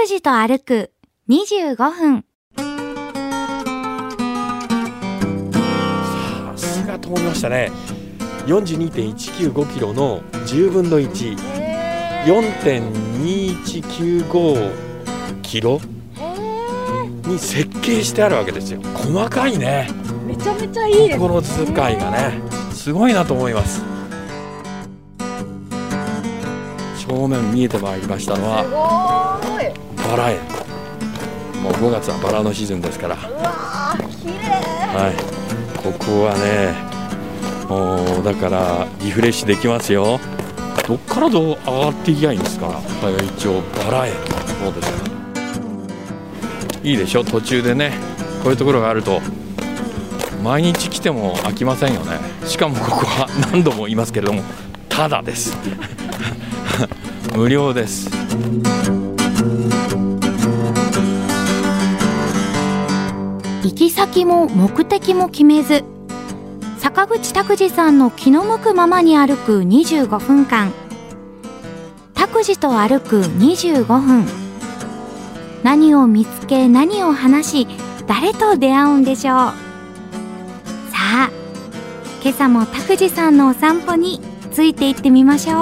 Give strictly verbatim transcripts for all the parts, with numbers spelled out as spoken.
拓司と歩くにじゅうごふん。 さすが通りましたね。 よんじゅうにてんいちきゅうごキロのじゅうぶんのいち、 よんてんにいちきゅうごキロに設計してあるわけですよ。細かいね。 めちゃめちゃいいですね。 心遣いがね、すごいなと思います。正面見えてまいりましたのはすごいバラ園。もうごがつはバラのシーズンですから。 うわー綺麗。 はい、ここはね、もうだからリフレッシュできますよ。どっからどう上がっていきゃいいんですか。一応バラ園。そうですか。いいでしょ。途中でね、こういうところがあると毎日来ても飽きませんよね。しかもここは何度も言いますけれどもタダです無料です。 行き先も目的も決めず、坂口拓司さんの気の向くままに歩くにじゅうごふんかん。拓司と歩くにじゅうごふん。何を見つけ、何を話し、誰と出会うんでしょう。さあ、今朝も拓司さんのお散歩についていってみましょう。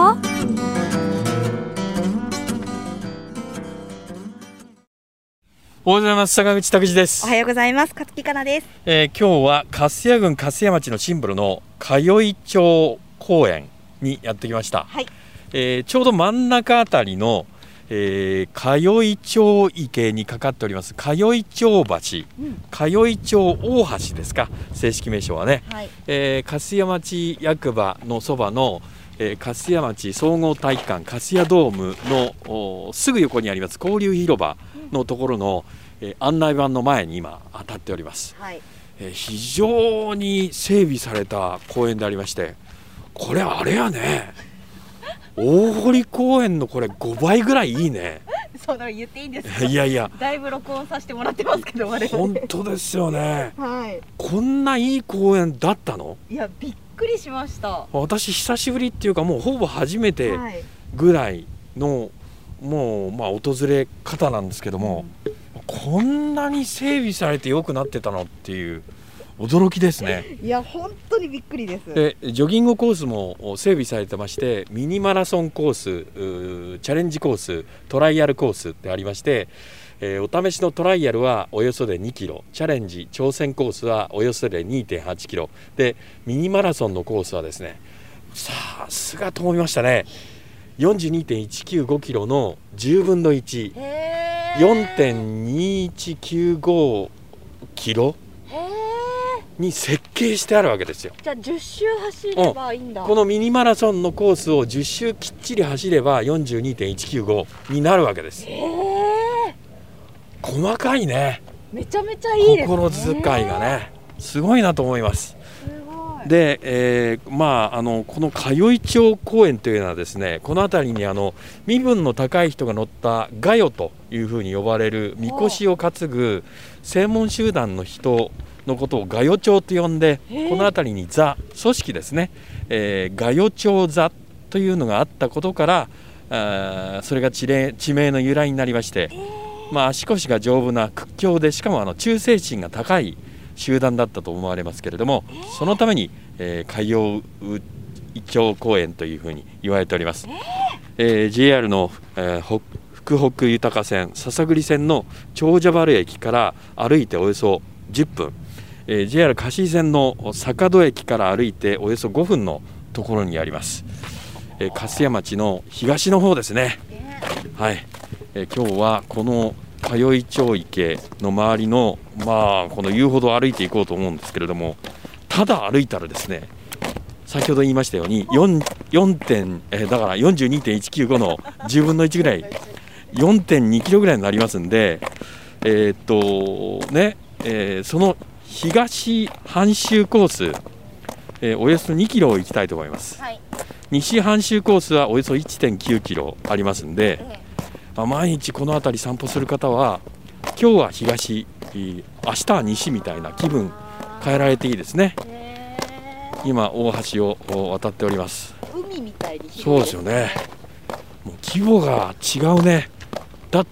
おはようございます。坂口拓司です。 おはようございます。勝木かなです。 えー、今日は粕谷郡粕谷町のシンボルの通町公園にやってきました。 はい。 えー、ちょうど真ん中あたりの、えー、通町池にかかっております通町橋、うん、通町大橋ですか、正式名称はね。はい。えー、粕谷町役場のそばの、えー、粕谷町総合体育館粕谷ドームのすぐ横にあります交流広場のところの、えー、案内板の前に今当たっております。はい。えー、非常に整備された公園でありまして、これあれやね大堀公園のこれごばいぐらいいいね。 そうだ、言っていいんですか。 いやいや、 だいぶ録音させてもらってますけど、我々 本当ですよね。 はい。こんないい公園だったの？ いや、びっくりしました。 私久しぶりっていうかもうほぼ初めてぐらいの、はい、もうまあ訪れ方なんですけども、うん、こんなに整備されて良くなってたのっていう驚きですね。 いや本当にびっくりです。 でジョギングコースも整備されてまして、ミニマラソンコース、チャレンジコース、トライアルコースってありまして、えー、お試しのトライアルはおよそでにキロ、チャレンジ挑戦コースはおよそで にてんはちキロで、ミニマラソンのコースはですね、さすが通りましたね。 よんじゅうにてんいちきゅうごキロのじゅうぶんのいち、 よんてんにいちきゅうごキロに設計してあるわけですよ。 じゃあじゅっ周走ればいいんだ、 うん、このミニマラソンのコースをじゅっ周きっちり走れば よんじゅうにてんいちきゅうご になるわけです。へー、細かいね。 めちゃめちゃいいですね。 心遣いがね、すごいなと思います。で、えー、まああのこの通町公園というのはですね、この辺りにあの身分の高い人が乗ったガヨというふうに呼ばれるみこしを担ぐ専門集団の人のことをガヨ町と呼んで、この辺りに座組織ですね、えー、ガヨ町座というのがあったことから、あそれが地名、地名の由来になりまして、まあ、足腰が丈夫な屈強で、しかもあの忠誠心が高い集団だったと思われますけれども、そのために、えー、通町公園というふうに言われております。えー、ジェイアール の、えー、福北豊線篠栗線の長者原駅から歩いておよそじゅっぷん、えー、ジェイアール 香椎線の坂戸駅から歩いておよそごふんのところにあります。えー、粕谷町の東の方ですね。はい、えー、今日はこの通町池の周りの、まあ、この遊歩道を歩いていこうと思うんですけれども、ただ歩いたらですね、先ほど言いましたように 4, 4点、えー、だから よんじゅうにてんいちきゅうご のじゅうぶんのいちぐらい よんてんにキロぐらいになりますんで、えーっとねえー、その東半周コース、えー、およそにキロを行きたいと思います。はい、西半周コースはおよそ いってんきゅうキロありますんで、えーまあ、毎日この辺り散歩する方は今日は東、明日は西みたいな気分変えられていいですね。今大橋を渡っております。 海みたいに広いですね。 そうですよね。もう規模が違うね。だって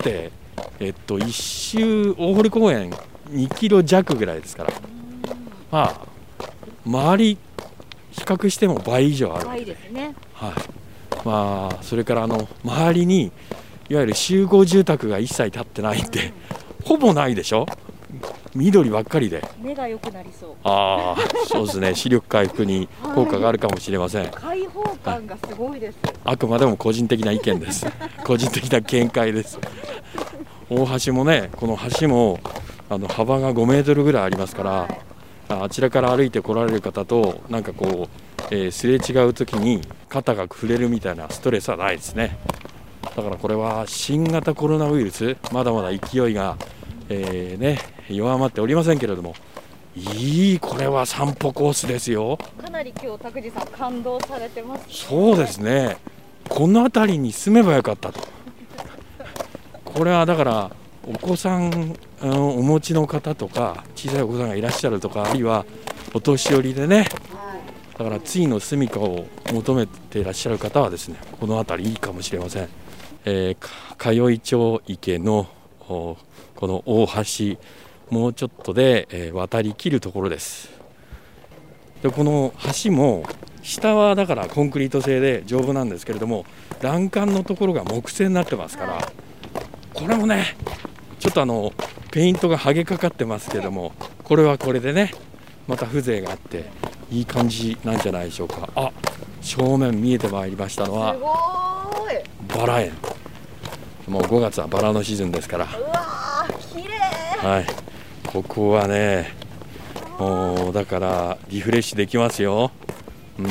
えっと一周大堀公園にキロ弱ぐらいですから、まあ周り比較しても倍以上あるわけで、 倍ですね。 はい、まあそれからあの周りにいわゆる集合住宅が一切建ってないんで、ほぼないでしょ。緑ばっかりで目が良くなりそう。 ああそうですね、視力回復に効果があるかもしれません。 開放感がすごいです。 あくまでも個人的な意見です個人的な見解です。大橋もね、この橋もあの幅がごメートルぐらいありますから、 はい、 あちらから歩いて来られる方となんかこう、えー、すれ違う時に肩が触れるみたいなストレスはないですね。だからこれは新型コロナウイルスまだまだ勢いが、えーね、弱まっておりませんけれども、いいこれは散歩コースですよ。 かなり今日拓司さん感動されてます、ね。 そうですね、この辺りに住めばよかったと。これはだからお子さんお持ちの方とか小さいお子さんがいらっしゃるとか、あるいはお年寄りでね、だからついの住処を求めていらっしゃる方はですね、この辺りいいかもしれません。えー、通い町池のこの大橋、もうちょっとで、えー、渡りきるところです。でこの橋も下はだからコンクリート製で丈夫なんですけれども、欄干のところが木製になってますから、これもねちょっとあのペイントが剥げかかってますけれども、これはこれでねまた風情があっていい感じなんじゃないでしょうか。あ、正面見えてまいりましたのはすごーい、 バラ園。もうごがつはバラのシーズンですから、 うわー綺麗。 はい、ここはねもうだからリフレッシュできますよ。うん、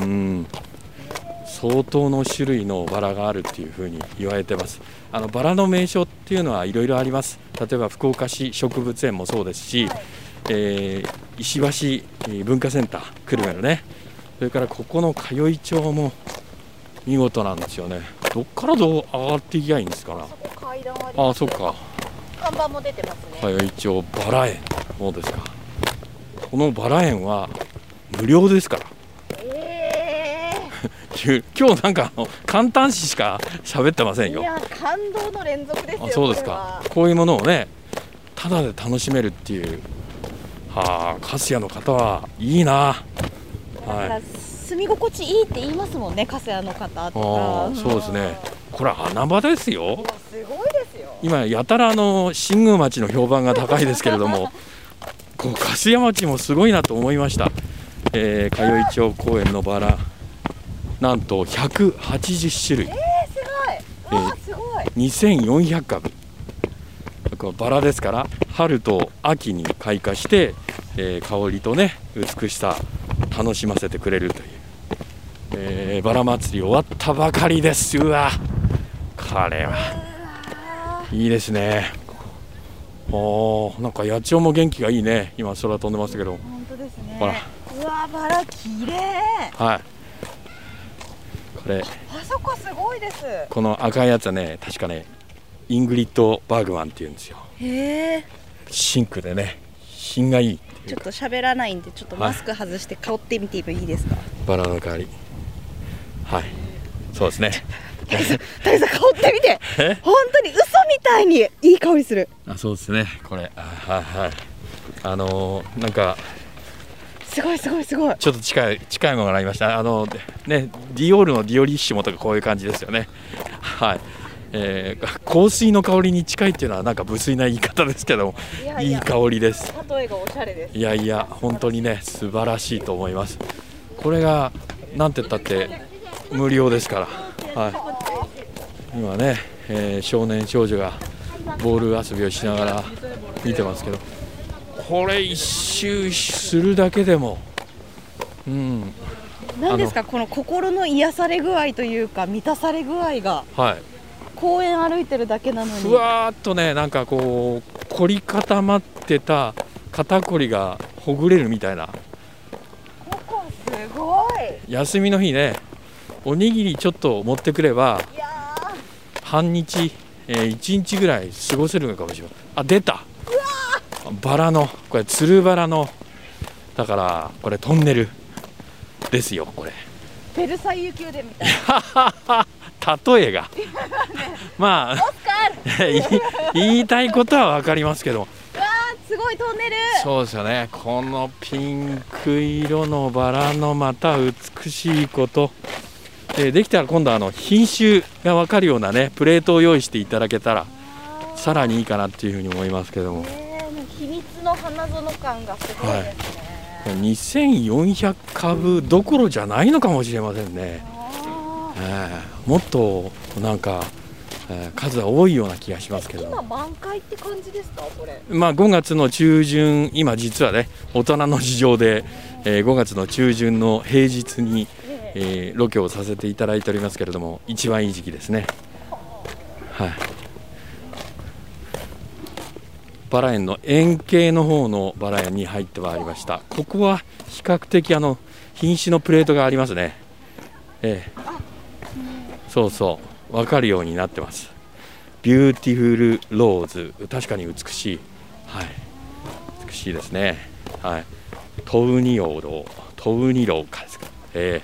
相当の種類のバラがあるっていうふうに言われてます。あのバラの名所っていうのはいろいろあります。例えば福岡市植物園もそうですし、はい、えー、石橋文化センター久留米のね、それからここの通い町も見事なんですよね。どっからどう上がっていきゃいいんですかな。 階段あります。 ああ、そっか。 看板も出てますね。 通い町バラ園、そうですか。このバラ園は無料ですから。 えー、今日なんかあの簡単詞しか喋ってませんよ。 いや感動の連続ですよ。 あ、そうですか。こういうものをねただで楽しめるっていう、はあ、粕谷の方はいいな。 はい、住み心地いいって言いますもんね、粕谷の方とか。 あ、そうですね。これ穴場ですよ。 すごいですよ。 今やたらあの新宮町の評判が高いですけれどもこう粕谷町もすごいなと思いました。えー、通い町公園のバラなんとひゃくはちじゅっしゅるい、 えー、すごい、うわ、すごい、 にせんよんひゃくかぶ。バラですから春と秋に開花して、えー、香りとね美しさ楽しませてくれるという、えー、バラ祭り終わったばかりです。うわ、これはいいですね。おー、なんか野鳥も元気がいいね。今空飛んでましたけど。 本当ですね。 ほら、 うわ、バラ綺麗。 はい、これあそこすごいです。 この赤いやつはね、確かねイングリッド・バーグマンっていうんですよ。 へえ。 シンクでね品がいいっていう。 ちょっと喋らないんでちょっとマスク外して香ってみてもいいですか。 バラの香り、はい、そうですね。 タイさん、タイさん香ってみて。本当に嘘みたいにいい香りする。 あ、そうですね。これ、あ、はいはい。あのー、なんかすごいすごいすごい。 ちょっと近い近いものがありました。あのね、ディオールのディオリッシモとかこういう感じですよね。はい。えー、香水の香りに近いっていうのはなんか無粋な言い方ですけども、いやいや、いい香りです。 例えがおしゃれです。 いやいや、本当にね素晴らしいと思います。これがなんて言ったって無料ですから。はい。今ね、えー、少年少女がボール遊びをしながら見てますけど、これ一周するだけでも、うん、 何ですかこの心の癒され具合というか満たされ具合が。 はい。 公園歩いてるだけなのにふわーっとね、なんかこう凝り固まってた肩こりがほぐれるみたいな。 ここすごい。 休みの日ね、おにぎりちょっと持ってくればいや半日、えー、いちにちぐらい過ごせるのかもしれない。あ、出た、うわ、バラのこれつるバラの、だからこれトンネルですよ。これベルサイユ宮殿みたいな例えがまあ言いたいことは分かりますけど、 わーすごい飛んでる。 そうですよね。このピンク色のバラのまた美しいこと、えー、できたら今度はあの品種が分かるようなねプレートを用意していただけたらさらにいいかなっていうふうに思いますけども、 えー、秘密の花園感がすごいですね。 はい、にせんよんひゃくかぶどころじゃないのかもしれませんね。えー、もっとなんか、えー、数は多いような気がしますけど。 今満開って感じですかこれ。 まあごがつの中旬、今実はね大人の事情で、えー、ごがつの中旬の平日に、えー、ロケをさせていただいておりますけれども、一番いい時期ですね。はい、バラ園の円形の方のバラ園に入ってまいりました。ここは比較的あの品種のプレートがありますね。ええ、そうそう分かるようになってます。ビューティフルローズ、確かに美しい、はい、美しいですね。はい、トウニオロウ、トウニロウかですか、え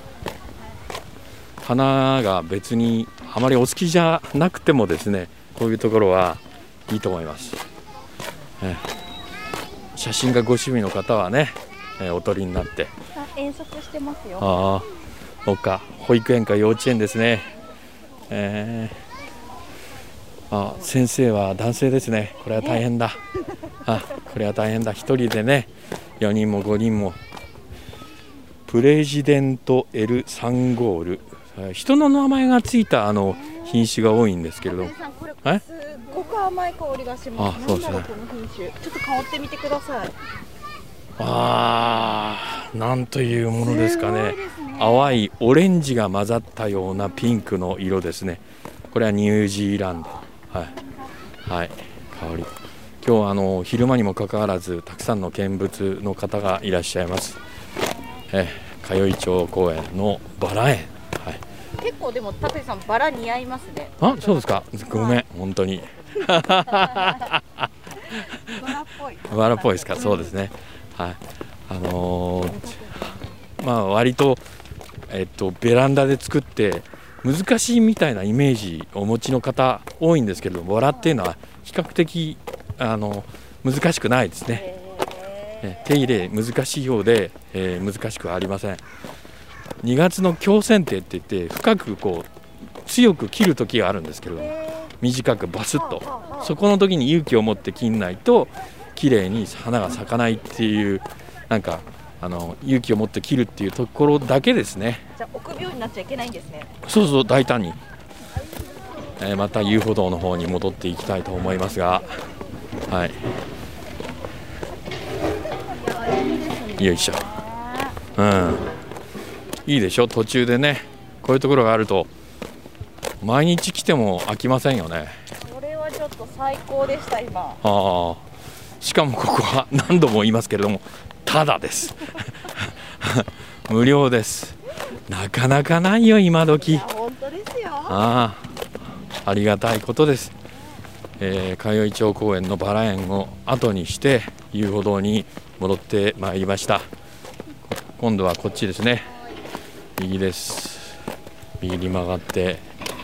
ー、花が別にあまりお好きじゃなくてもですね、こういうところはいいと思います。えー、写真がご趣味の方はね、えー、お撮りになって。 あ、遠足してますよ。 ああ、そうか、保育園か幼稚園ですね。えー、あ、先生は男性ですね。これは大変だ。あ、これは大変だ。一人でね、よにんもごにんも。プレジデントエルサンゴール、人の名前がついたあの品種が多いんですけれども、 え、すごく甘い香りがします。 あ、そうですね。 なんだろうこの品種、ちょっと香ってみてください。 あー、なんというものですかね。淡いオレンジが混ざったようなピンクの色ですね。これはニュージーランド、はい、はい、香り。今日はあの昼間にもかかわらずたくさんの見物の方がいらっしゃいます。え加代町公園のバラ園、はい、 結構でも拓司さんバラ似合いますね。 あ、そうですか。ごめん、本当にバラっぽい。 バラっぽいですか。そうですね。はい、あのー、まあ割とえっとベランダで作って難しいみたいなイメージをお持ちの方多いんですけれども、バラっていうのは比較的あの難しくないですね。手入れ難しいようで、えー、難しくはありません。にがつの強剪定って言って深くこう強く切る時があるんですけれども、短くバスッと、そこの時に勇気を持って切んないと綺麗に花が咲かないっていう、なんかあの勇気を持って切るっていうところだけですね。 じゃあ臆病になっちゃいけないんですね。 そうそう、大胆に、えー、また遊歩道の方に戻っていきたいと思いますが、はい、よいしょ、うん、いいでしょ。途中でねこういうところがあると毎日来ても飽きませんよね。 これはちょっと最高でした今。 あ、しかもここは何度も言いますけれどもタダです無料です。なかなかないよ今時。 本当ですよ。 ああ、ありがたいことです。えー、加代町公園のバラ園を後にして遊歩道に戻ってまいりました。今度はこっちですね。右です。右に曲がって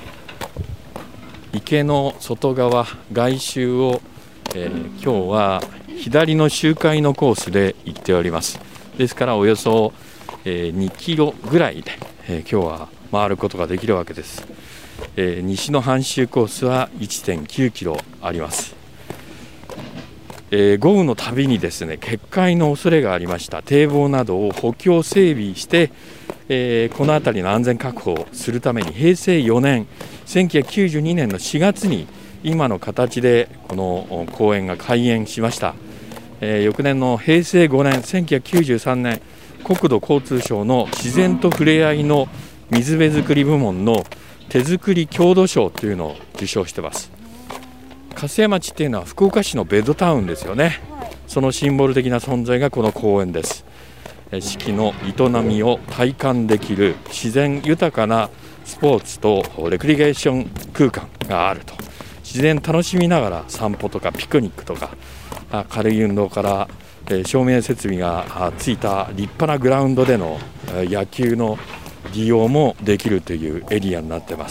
池の外側外周を、えー、今日は左の周回のコースで行っております。ですからおよそ、えー、にキロぐらいで、えー、今日は回ることができるわけです。えー、西の半周コースは いってんきゅうキロあります。えー、豪雨のたびにですね決壊の恐れがありました堤防などを補強整備して、えー、この辺りの安全確保をするためにへいせいよねんせんきゅうひゃくきゅうじゅうにねんのしがつに今の形でこの公園が開園しました。えー、翌年のへいせいごねんせんきゅうひゃくきゅうじゅうさんねん国土交通省の自然とふれあいの水辺づくり部門の手作り郷土賞というのを受賞しています。粕屋町っていうのは福岡市のベッドタウンですよね。そのシンボル的な存在がこの公園です。四季の営みを体感できる自然豊かなスポーツとレクリエーション空間があると。自然楽しみながら散歩とかピクニックとか軽い運動から照明設備がついた立派なグラウンドでの野球の利用もできるというエリアになってます。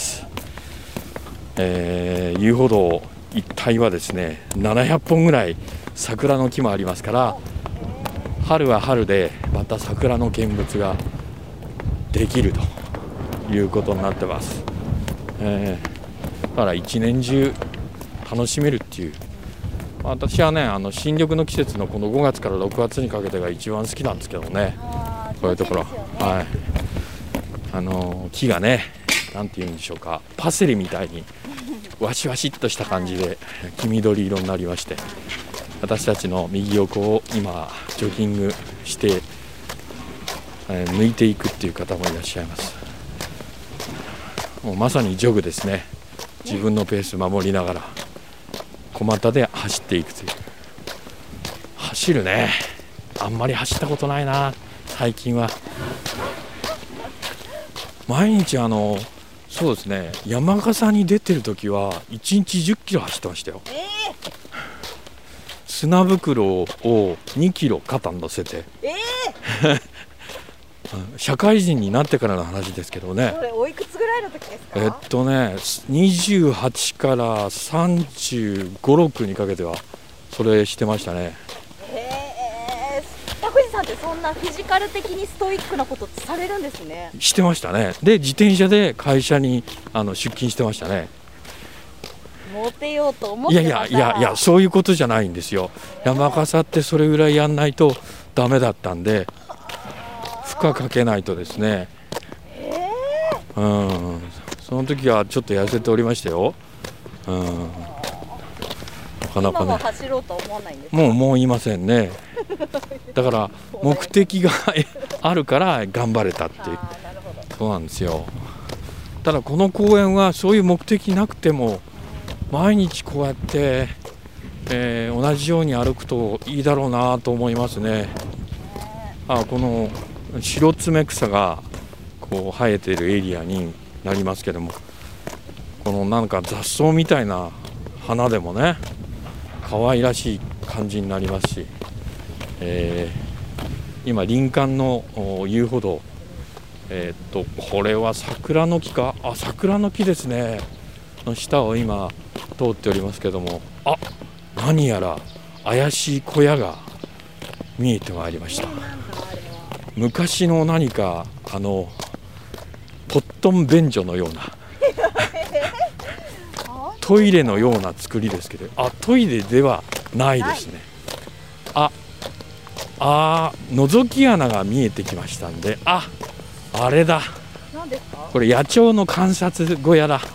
えー、遊歩道一帯はですねななひゃっぽんぐらい桜の木もありますから、春は春でまた桜の見物ができるということになってます。えー、だから一年中楽しめるっていう、私はねあの新緑の季節のこのごがつからろくがつにかけてが一番好きなんですけどね。こういうところ、はい、あの木がねなんていうんでしょうか、パセリみたいにわしわしっとした感じで黄緑色になりまして、私たちの右横を今ジョギングして、えー、抜いていくっていう方もいらっしゃいます。もうまさにジョグですね。自分のペース守りながら小股で走っていくという。走るね、あんまり走ったことないな最近は。毎日あのそうですね、山笠に出てる時はいちにちじゅっキロ走ってましたよ。えー、砂袋をにキロ肩に乗せて、えー、社会人になってからの話ですけどね。 それおいくつぐらいの時ですか？ えっとねにじゅうはちからさんじゅうご、ろくにかけてはそれしてましたね。 へー、拓司さんってそんなフィジカル的にストイックなことってされるんですね。 してましたね。で自転車で会社にあの出勤してましたね。 モテようと思ってました。 いやいやいやいや、そういうことじゃないんですよ。山笠ってそれぐらいやんないとダメだったんで、負荷かけないとですね。うん、その時はちょっと痩せておりましたよ。うん、なかなかね。 今は走ろうと思わないんですか？ もうもういませんね。だから目的があるから頑張れたっていう。そうなんですよ。ただこの公園はそういう目的なくても毎日こうやって、えー、同じように歩くといいだろうなと思いますね。あ、この白爪草がこう生えているエリアになりますけども、このなんか雑草みたいな花でもね可愛らしい感じになりますし、えー、今林間の遊歩道、えー、っとこれは桜の木か、あ、桜の木ですねの下を今通っておりますけども、あ、何やら怪しい小屋が見えてまいりました。昔の何かあのポットン便所のようなトイレのような作りですけど、あ、トイレではないですね。ああ覗き穴が見えてきましたんで、あ、あれだ、 何ですか？これ野鳥の観察小屋だ。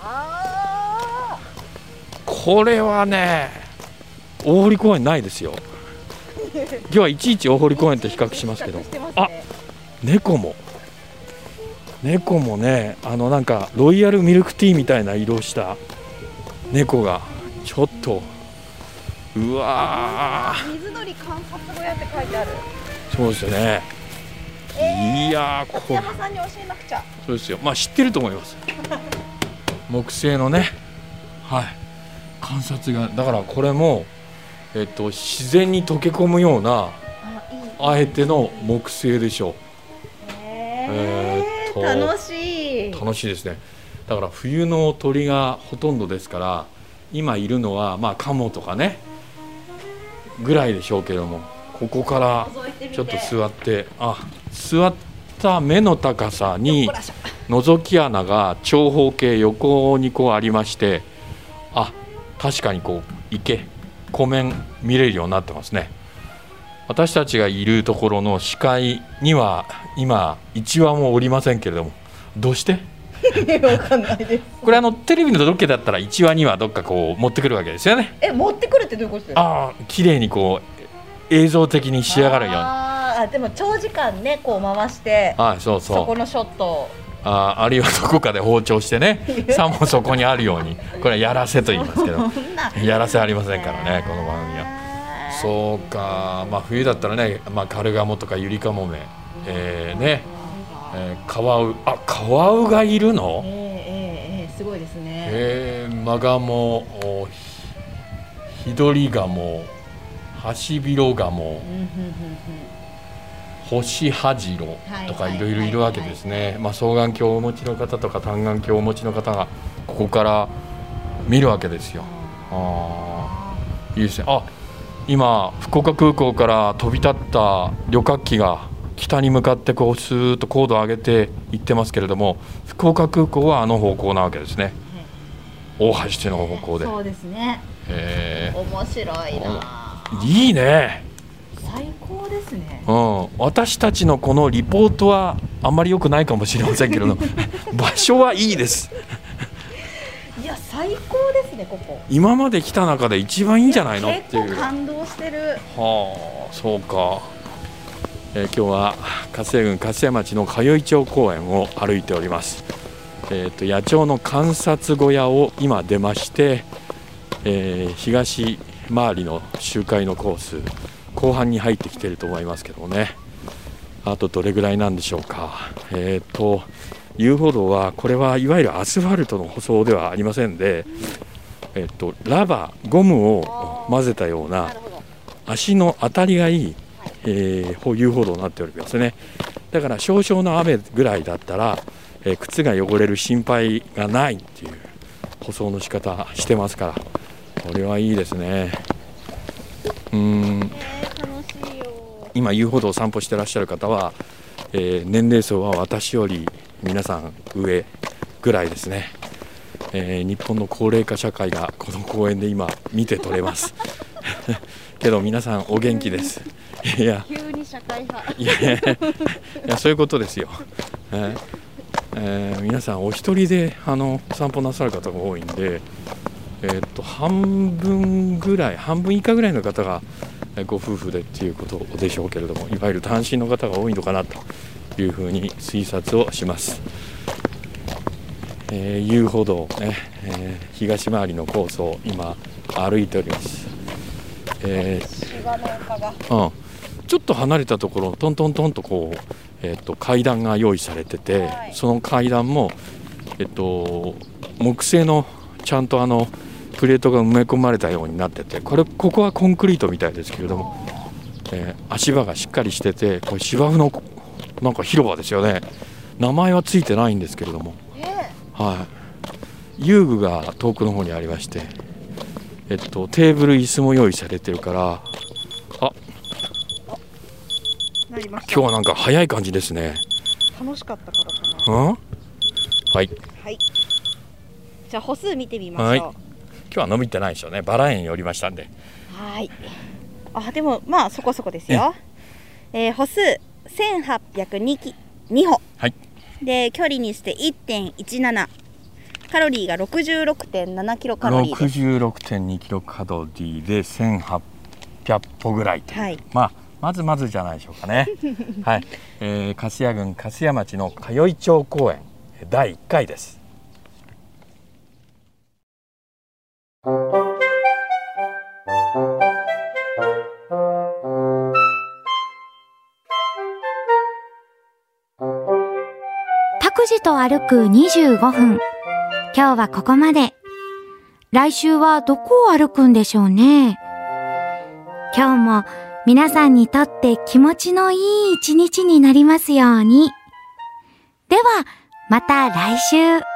これはね大堀公園ないですよ。今日はいちいち大堀公園と比較しますけど、あ、猫も猫もね、あのなんかロイヤルミルクティーみたいな色をした猫がちょっと、うわー、 水鳥観察小屋って書いてある。 そうですよね、えー、いやー、ここ山さんに教えなくちゃ。 そうですよ、まあ知ってると思います木製のね、はい、観察が、だからこれも、えっと、自然に溶け込むような あ, あえての木製でしょう。 えー、えー、楽しい楽しいですね。だから冬の鳥がほとんどですから、今いるのはまあカモとかねぐらいでしょうけども、ここからちょっと座って、あ、座った目の高さに覗き穴が長方形横にこうありまして、あ、確かにこう池湖面見れるようになってますね。私たちがいるところの視界には今いちわもおりませんけれども、どうしてわかんないです。 これあのテレビのロケだったらいちわにはどっかこう持ってくるわけですよね。 え、持ってくるってどういうことですか？ ああ、綺麗にこう映像的に仕上がるように。 ああ、でも長時間ねこう回して、 ああ、そうそう、 そこのショットを、 あ, あるいはどこかで包丁してねさもそこにあるように、これはやらせと言いますけどやらせありませんからね、この番組は。そうか、まあ、冬だったらね、まあ、カルガモとかユリカモメ、えーねえー、カワウ、あ、カワウがいるの、 えーえーえー、すごいですね。 えー、マガモ、ヒドリガモ、ハシビロガモ、 星はじろとかいろいろいるわけですね。まあ、双眼鏡をお持ちの方とか単眼鏡をお持ちの方がここから見るわけですよ。あいいですね。あ今福岡空港から飛び立った旅客機が北に向かってこうスーッと高度を上げていってますけれども、福岡空港はあの方向なわけですね。大橋の方向で。 そうですね。 へー面白いな。 いいね。 最高ですね。 うん、私たちのこのリポートはあんまり良くないかもしれませんけれど場所はいいです。 いや最高ですねここ。 今まで来た中で一番いいんじゃないのっていう。 結構感動してる。 はあそうか、えー、今日は粕谷郡粕谷町の通い町公園を歩いております。えー、と野鳥の観察小屋を今出まして、えー、東回りの周回のコース後半に入ってきていると思いますけどもね。あとどれぐらいなんでしょうか。えっ、ー、と遊歩道はこれはいわゆるアスファルトの舗装ではありませんで、えっ、ー、とラバーゴムを混ぜたような足の当たりがいい、えー、遊歩道になっておりますね。だから少々の雨ぐらいだったら、えー、靴が汚れる心配がないっていう舗装の仕方してますから、これはいいですね。うーん、 楽しいよ。 今遊歩道を散歩してらっしゃる方は、えー、年齢層は私より皆さん上ぐらいですね。えー、日本の高齢化社会がこの公園で今見て取れますけど皆さんお元気です。いや急に社会派。 いやいやいやそういうことですよ。えーえー、皆さんお一人であの散歩なさる方が多いんで、えー、っと半分ぐらい半分以下ぐらいの方がご夫婦でっていうことでしょうけれども、いわゆる単身の方が多いのかなというふうに推察をします。えー、遊歩道、ねえー、東回りのコースを今歩いております。えー芝の丘が、 うん、ちょっと離れたところトントントンとこう、えー、と階段が用意されてて、はい、その階段も、えー、と木製のちゃんとあのプレートが埋め込まれたようになってて、これここはコンクリートみたいですけれども、えー、足場がしっかりしてて、これ芝生のなんか広場ですよね。名前はついてないんですけれども、 えーはい、遊具が遠くの方にありまして、えっと、テーブル椅子も用意されてるから、あなりました。 今日はなんか早い感じですね。 楽しかったからかな。 うん、はいはい。じゃあ歩数見てみましょう。 はい、今日は伸びてないでしょうね。バラ園寄りましたんで。 はい。あでもまあそこそこですよ。えー、歩数せんはっぴゃくにきに歩。 はい。 で距離にして いってんいちなな、カロリーが ろくじゅうろくてんなな キロカロリーです。 ろくじゅうろくてんに キロカロリーでせんはっぴゃく歩ぐらいと、はい、まあまずまずじゃないでしょうかね。はい、えー、粕谷郡粕谷町の通い町公園だいいっかいです。 拓司と歩くにじゅうごふん。今日はここまで。来週はどこを歩くんでしょうね。今日も皆さんにとって気持ちのいい一日になりますように。では、また来週。